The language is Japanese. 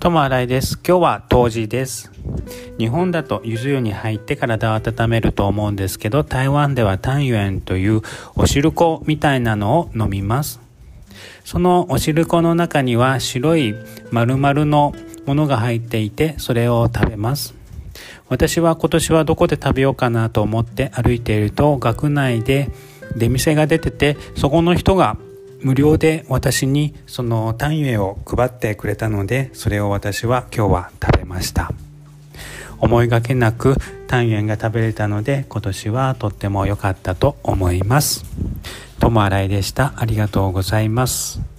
友新井です。今日は冬至です。日本だとゆず湯に入って体を温めると思うんですけど、台湾ではタンユエンというお汁粉みたいなのを飲みます。そのお汁粉の中には白い丸々のものが入っていて、それを食べます。私は今年はどこで食べようかなと思って歩いていると、学内で出店が出てて、そこの人が無料で私にそのタンユエンを配ってくれたので、それを私は今日は食べました。思いがけなくタンユエンが食べれたので、今年はとっても良かったと思います。友新井でした。ありがとうございます。